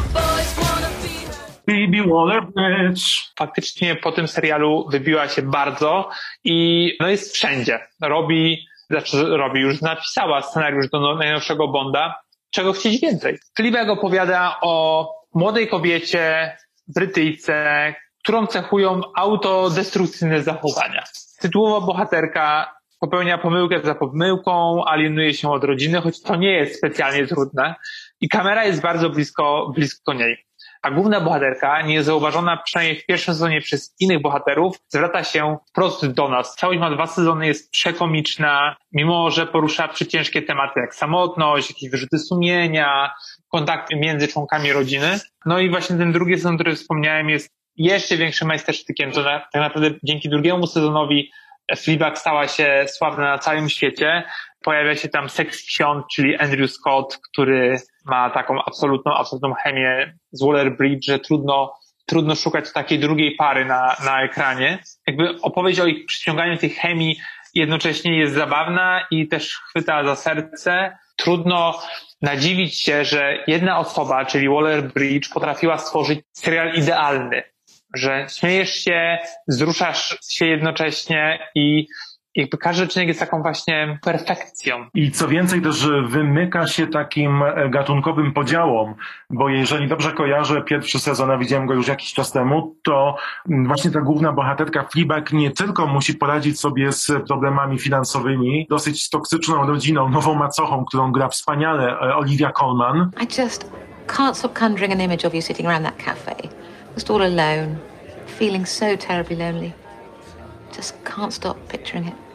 Phoebe Waller-Bridge. Faktycznie po tym serialu wybiła się bardzo i no jest wszędzie. Już napisała scenariusz do najnowszego Bonda. Czego chcieć więcej? Fleabag opowiada o młodej kobiecie, Brytyjce, którą cechują autodestrukcyjne zachowania. Tytułowa bohaterka popełnia pomyłkę za pomyłką, alienuje się od rodziny, choć to nie jest specjalnie trudne i kamera jest bardzo blisko niej. A główna bohaterka, niezauważona przynajmniej w pierwszym sezonie przez innych bohaterów, zwraca się wprost do nas. Całość ma 2 sezony, jest przekomiczna, mimo że porusza przeciężkie tematy jak samotność, jakieś wyrzuty sumienia, kontakty między członkami rodziny. No i właśnie ten drugi sezon, który wspomniałem, jest jeszcze większym majstersztykiem. To tak naprawdę dzięki drugiemu sezonowi Fleabag stała się sławna na całym świecie. Pojawia się tam seksfion, czyli Andrew Scott, który ma taką absolutną chemię z Waller-Bridge, że trudno szukać takiej drugiej pary na ekranie. Jakby opowieść o ich przyciąganiu tej chemii jednocześnie jest zabawna i też chwyta za serce. Trudno nadziwić się, że jedna osoba, czyli Waller-Bridge, potrafiła stworzyć serial idealny. Że śmiejesz się, wzruszasz się jednocześnie i jakby każdy odcinek jest taką właśnie perfekcją. I co więcej też wymyka się takim gatunkowym podziałom, bo jeżeli dobrze kojarzę pierwszy sezon, a widziałem go już jakiś czas temu, to właśnie ta główna bohaterka Fleabag nie tylko musi poradzić sobie z problemami finansowymi, dosyć toksyczną rodziną, nową macochą, którą gra wspaniale Olivia Colman. I just can't stop conjuring an image of you sitting around that cafe, just all alone, feeling so terribly lonely. Just can't stop picturing it.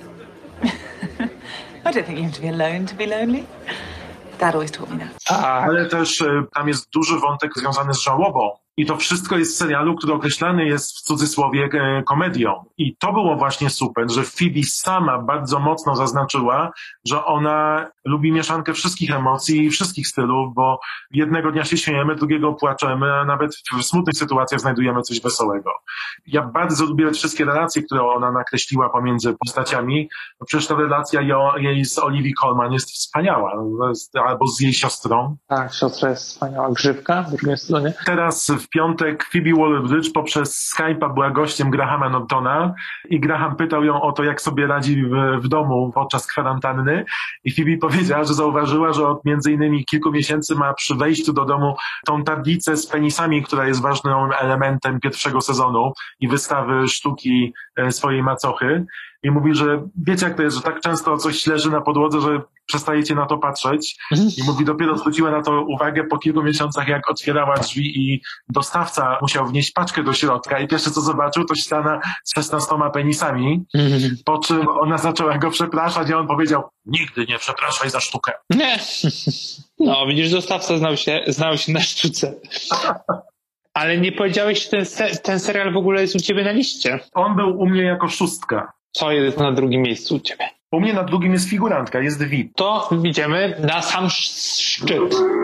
I don't think you have to be alone to be lonely. Dad always taught me that. Ale też tam jest duży wątek związany z żałobą. I to wszystko jest w serialu, który określany jest w cudzysłowie komedią. I to było właśnie super, że Phoebe sama bardzo mocno zaznaczyła, że ona lubi mieszankę wszystkich emocji i wszystkich stylów, bo jednego dnia się śmiejemy, drugiego płaczemy, a nawet w smutnych sytuacjach znajdujemy coś wesołego. Ja bardzo lubię wszystkie relacje, które ona nakreśliła pomiędzy postaciami. No przecież ta relacja jej z Olivia Colman jest wspaniała. Albo z jej siostrą. Tak, siostra jest wspaniała. Grzywka w drugim sezonie. Teraz w piątek Phoebe Waller-Bridge poprzez Skype'a była gościem Grahama Nortona i Graham pytał ją o to, jak sobie radzi w domu podczas kwarantanny i Phoebe powiedziała, że zauważyła, że od między innymi kilku miesięcy ma przy wejściu do domu tą tablicę z penisami, która jest ważnym elementem pierwszego sezonu i wystawy sztuki swojej macochy. I mówi, że wiecie jak to jest, że tak często coś leży na podłodze, że przestajecie na to patrzeć. I mówi, dopiero zwróciła na to uwagę po kilku miesiącach, jak otwierała drzwi i dostawca musiał wnieść paczkę do środka i pierwsze co zobaczył, to ściana z 16 penisami, po czym ona zaczęła go przepraszać i on powiedział, nigdy nie przepraszaj za sztukę. Nie. No, widzisz, dostawca znał się na sztuce. Ale nie powiedziałeś, że ten serial w ogóle jest u ciebie na liście. On był u mnie jako 6. Co jest na drugim miejscu u ciebie? U mnie na drugim jest Figurantka, jest VIP. To idziemy na sam szczyt.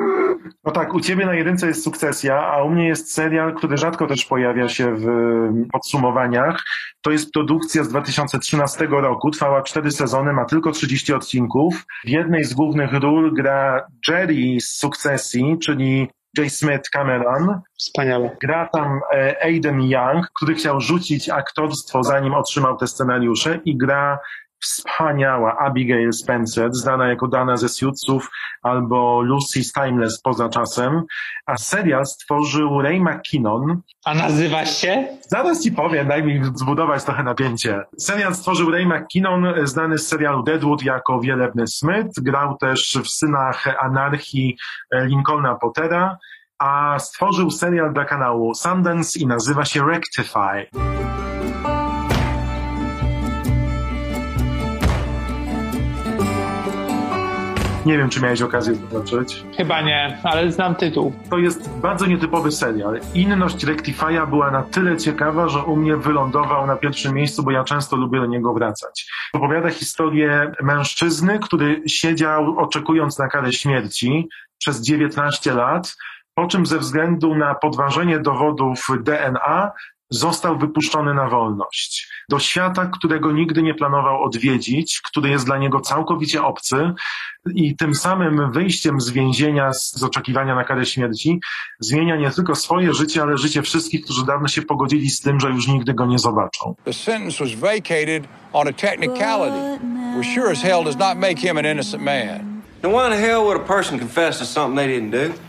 No tak, u ciebie na jedynce jest Sukcesja, a u mnie jest serial, który rzadko też pojawia się w podsumowaniach. To jest produkcja z 2013 roku, trwała 4 sezony, ma tylko 30 odcinków. W jednej z głównych ról gra Jerry z Sukcesji, czyli J. Smith Cameron. Wspaniale. Gra tam Aiden Young, który chciał rzucić aktorstwo, zanim otrzymał te scenariusze, i gra wspaniała Abigail Spencer, znana jako Dana ze Suitsów albo Lucy z Timeless poza czasem, a serial stworzył Ray McKinnon. A nazywa się? Zaraz ci powiem, daj mi zbudować trochę napięcie. Serial stworzył Ray McKinnon, znany z serialu Deadwood jako Wielebny Smith, grał też w Synach Anarchii Lincolna Pottera, a stworzył serial dla kanału Sundance i nazywa się Rectify. Nie wiem, czy miałeś okazję zobaczyć. Chyba nie, ale znam tytuł. To jest bardzo nietypowy serial. Inność Rectify'a była na tyle ciekawa, że u mnie wylądował na pierwszym miejscu, bo ja często lubię do niego wracać. Opowiada historię mężczyzny, który siedział oczekując na karę śmierci przez 19 lat, po czym ze względu na podważenie dowodów DNA został wypuszczony na wolność. Do świata, którego nigdy nie planował odwiedzić, który jest dla niego całkowicie obcy, i tym samym wyjściem z więzienia, z oczekiwania na karę śmierci, zmienia nie tylko swoje życie, ale życie wszystkich, którzy dawno się pogodzili z tym, że już nigdy go nie zobaczą. The sentence was vacated on a technicality, which sure as hell does not make him an innocent man. Now why in the hell would a person confess to something they didn't do?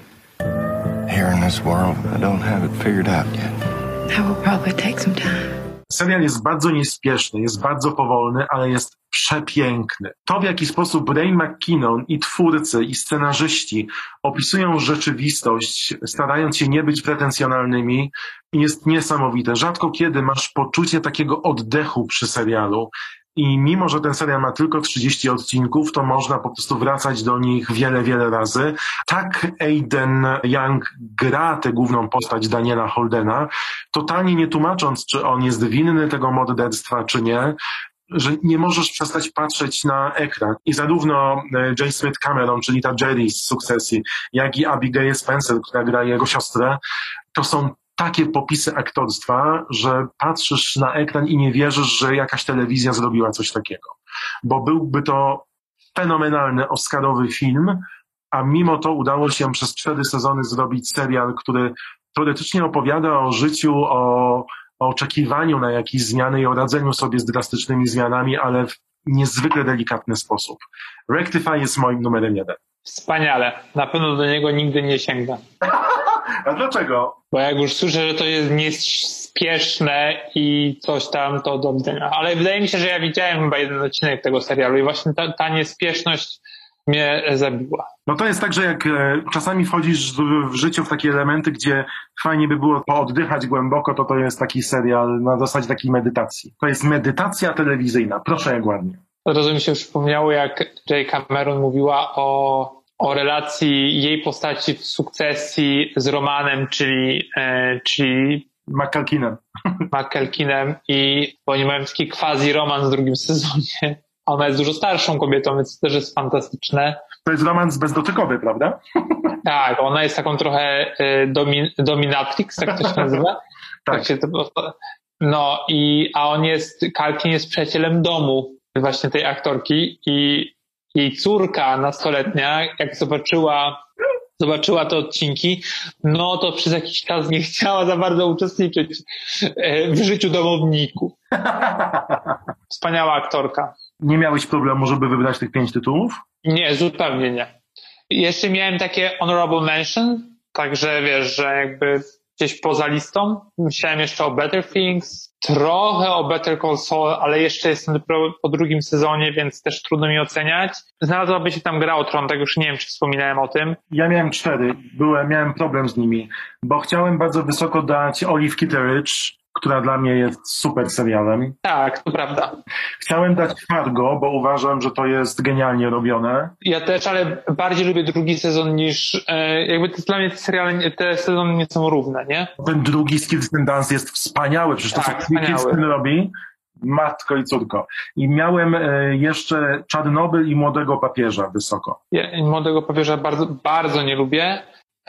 Here in this world, I don't have it figured out yet. That will probably take some time. Serial jest bardzo niespieszny, jest bardzo powolny, ale jest przepiękny. To, w jaki sposób Ray McKinnon i twórcy, i scenarzyści opisują rzeczywistość, starając się nie być pretensjonalnymi, jest niesamowite. Rzadko kiedy masz poczucie takiego oddechu przy serialu. I mimo, że ten serial ma tylko 30 odcinków, to można po prostu wracać do nich wiele, wiele razy. Tak Aiden Young gra tę główną postać Daniela Holdena, totalnie nie tłumacząc, czy on jest winny tego morderstwa, czy nie, że nie możesz przestać patrzeć na ekran. I zarówno J. Smith Cameron, czyli ta Jerry z Sukcesji, jak i Abigail Spencer, która gra jego siostrę, to są takie popisy aktorstwa, że patrzysz na ekran i nie wierzysz, że jakaś telewizja zrobiła coś takiego. Bo byłby to fenomenalny oscarowy film, a mimo to udało się przez 4 sezony zrobić serial, który teoretycznie opowiada o życiu, o oczekiwaniu na jakieś zmiany i o radzeniu sobie z drastycznymi zmianami, ale w niezwykle delikatny sposób. Rectify jest moim numerem 1. Wspaniale. Na pewno do niego nigdy nie sięgnę. A dlaczego? Bo jak już słyszę, że to jest niespieszne i coś tam, to do widzenia. Ale wydaje mi się, że ja widziałem chyba jeden odcinek tego serialu i właśnie ta niespieszność mnie zabiła. No to jest tak, że jak czasami wchodzisz w życiu w takie elementy, gdzie fajnie by było pooddychać głęboko, to jest taki serial na zasadzie takiej medytacji. To jest medytacja telewizyjna. Proszę jak ładnie. Od razu mi się przypomniało, jak J. Cameron mówiła o relacji jej postaci w Sukcesji z Romanem, czyli McCalkinem i oni mają taki quasi-romans w drugim sezonie. Ona jest dużo starszą kobietą, więc to też jest fantastyczne. To jest romans bezdotykowy, prawda? Tak, ona jest taką trochę dominatrix, tak to się nazywa. Tak się to, no a Calkin jest przyjacielem domu właśnie tej aktorki i jej córka nastoletnia, jak zobaczyła te odcinki, no to przez jakiś czas nie chciała za bardzo uczestniczyć w życiu domowników. Wspaniała aktorka. Nie miałeś problemu, żeby wybrać tych 5 tytułów? Nie, zupełnie nie. Jeszcze miałem takie honorable mention, także wiesz, że jakby gdzieś poza listą. Myślałem jeszcze o Better Things, trochę o Better Call Saul, ale jeszcze jestem dopiero po 2 sezonie, więc też trudno mi oceniać. Znalazłaby się tam Gra o Tron, tak już nie wiem, czy wspominałem o tym. Ja miałem 4, miałem problem z nimi, bo chciałem bardzo wysoko dać Olive Kitteridge, która dla mnie jest super serialem. Tak, to prawda. Chciałem dać Fargo, bo uważam, że to jest genialnie robione. Ja też, ale bardziej lubię 2 sezon niż... jakby dla mnie te sezony nie są równe, nie? Ten drugi z Kirsten Dunst jest wspaniały. Przecież to, co Kirsten robi, matko i córko. I miałem jeszcze Czarnobyl i Młodego Papieża wysoko. Ja Młodego Papieża bardzo, bardzo nie lubię.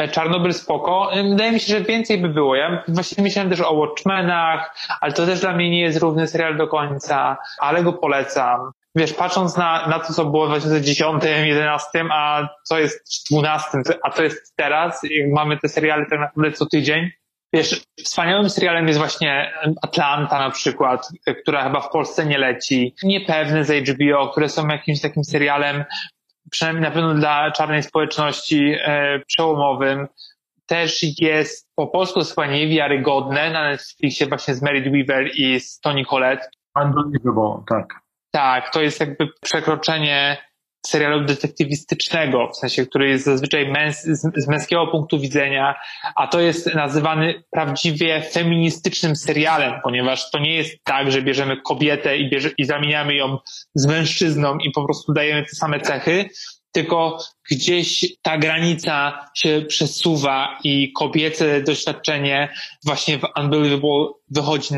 Czarnobyl spoko. Wydaje mi się, że więcej by było. Ja właśnie myślałem też o Watchmenach, ale to też dla mnie nie jest równy serial do końca, ale go polecam. Wiesz, patrząc na to, co było w 2010, 2011, a co jest w 2012, a co jest teraz, jak mamy te seriale tak naprawdę co tydzień. Wiesz, wspaniałym serialem jest właśnie Atlanta na przykład, która chyba w Polsce nie leci. Niepewne z HBO, które są jakimś takim serialem, przynajmniej na pewno dla czarnej społeczności przełomowym. Też jest, po polsku jest chyba niewiarygodne, na Netflixie właśnie z Meredith Weaver i z Toni Collette. Unbelievable, tak. Tak, to jest jakby przekroczenie serialu detektywistycznego, w sensie, który jest zazwyczaj z męskiego punktu widzenia, a to jest nazywany prawdziwie feministycznym serialem, ponieważ to nie jest tak, że bierzemy kobietę i zamieniamy ją z mężczyzną i po prostu dajemy te same cechy, tylko gdzieś ta granica się przesuwa i kobiece doświadczenie właśnie w Unbelievable wychodzi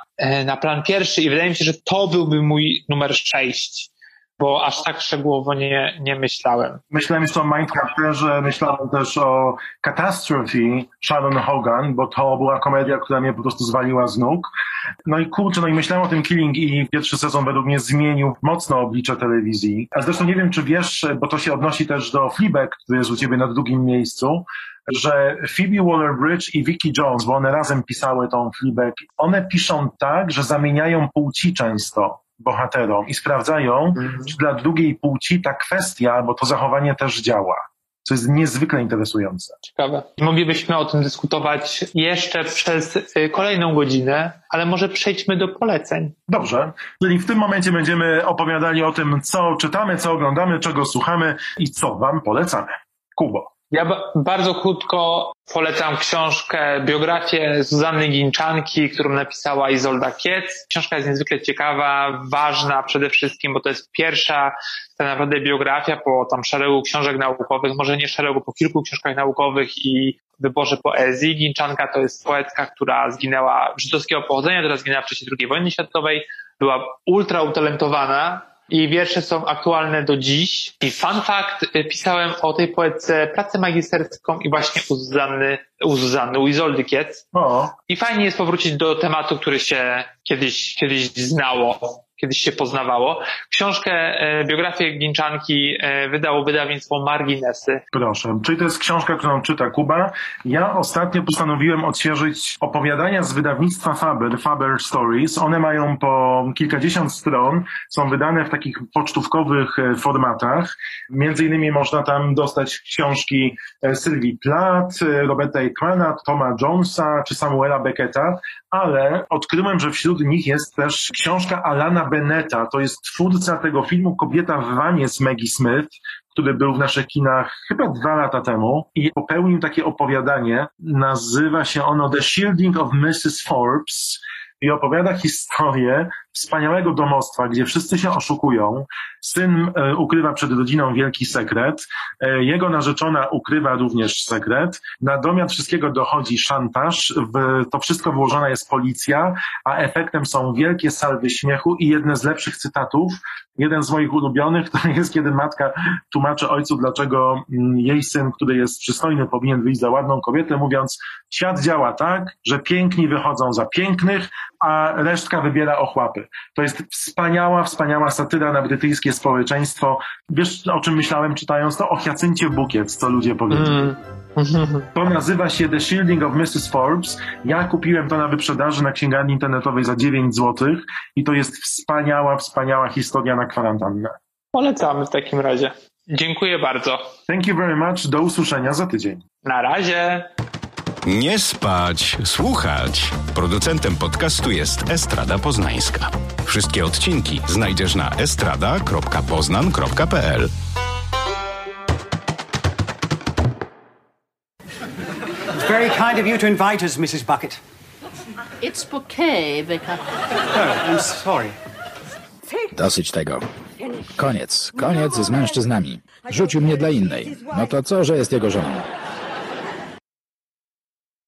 na plan pierwszy i wydaje mi się, że to byłby mój numer 6. Bo aż tak szczegółowo nie myślałem. Myślałem jeszcze o Mindhunterze, myślałem też o Catastrophe Sharon Hogan, bo to była komedia, która mnie po prostu zwaliła z nóg. No i kurczę, i myślałem o tym Killing i pierwszy sezon według mnie zmienił mocno oblicze telewizji. A zresztą nie wiem, czy wiesz, bo to się odnosi też do Fleabag, który jest u ciebie na drugim miejscu, że Phoebe Waller-Bridge i Vicky Jones, bo one razem pisały tą Fleabag, one piszą tak, że zamieniają płci często bohaterom i sprawdzają, czy dla drugiej płci ta kwestia, bo to zachowanie też działa. Co jest niezwykle interesujące. Ciekawe. Moglibyśmy o tym dyskutować jeszcze przez kolejną godzinę, ale może przejdźmy do poleceń. Dobrze. Czyli w tym momencie będziemy opowiadali o tym, co czytamy, co oglądamy, czego słuchamy i co wam polecamy. Kubo. Ja bardzo krótko polecam książkę, biografię Zuzanny Ginczanki, którą napisała Izolda Kiec. Książka jest niezwykle ciekawa, ważna przede wszystkim, bo to jest pierwsza tak naprawdę biografia po tam szeregu książek naukowych, może nie szeregu, po kilku książkach naukowych i wyborze poezji. Ginczanka to jest poetka, która zginęła żydowskiego pochodzenia, która zginęła w czasie II wojny światowej, była ultra utalentowana, i wiersze są aktualne do dziś. I fun fact, pisałem o tej poetce pracę magisterską i właśnie u Izoldy Kiec. I fajnie jest powrócić do tematu, który się kiedyś znało, kiedyś się poznawało. Książkę, biografię Ginczanki wydało wydawnictwo Marginesy. Proszę, czyli to jest książka, którą czyta Kuba. Ja ostatnio postanowiłem odświeżyć opowiadania z wydawnictwa Faber Stories. One mają po kilkadziesiąt stron, są wydane w takich pocztówkowych formatach. Między innymi można tam dostać książki Sylwii Plath, Roberta Ekmana, Toma Jonesa czy Samuela Becketa, ale odkryłem, że wśród nich jest też książka Alana Beneta, to jest twórca tego filmu Kobieta w wanie z Maggie Smith, który był w naszych kinach chyba 2 lata temu i popełnił takie opowiadanie, nazywa się ono The Shielding of Mrs. Forbes i opowiada historię wspaniałego domostwa, gdzie wszyscy się oszukują. Syn ukrywa przed rodziną wielki sekret, jego narzeczona ukrywa również sekret. Na domiar wszystkiego dochodzi szantaż, w to wszystko włożona jest policja, a efektem są wielkie salwy śmiechu i jedne z lepszych cytatów. Jeden z moich ulubionych to jest, kiedy matka tłumaczy ojcu, dlaczego jej syn, który jest przystojny, powinien wyjść za ładną kobietę, mówiąc: świat działa tak, że piękni wychodzą za pięknych, a resztka wybiera ochłapy. To jest wspaniała satyra na brytyjskie społeczeństwo. Wiesz, o czym myślałem czytając to? O Hiacyncie Bukiet, co ludzie powiedzą. To nazywa się The Shielding of Mrs. Forbes. Ja kupiłem to na wyprzedaży na księgarni internetowej za 9 zł i to jest wspaniała historia na kwarantannę. Polecamy w takim razie. Dziękuję bardzo. Thank you very much. Do usłyszenia za tydzień. Na razie. Nie spać, słuchać. Producentem podcastu jest Estrada Poznańska. Wszystkie odcinki znajdziesz na estrada.poznan.pl. It's very kind of you to invite us, Mrs. Bucket. It's bouquet, Vicar. Oh, I'm sorry. Dosyć tego. Koniec z mężczyznami. Rzucił mnie dla innej. No to co, że jest jego żoną?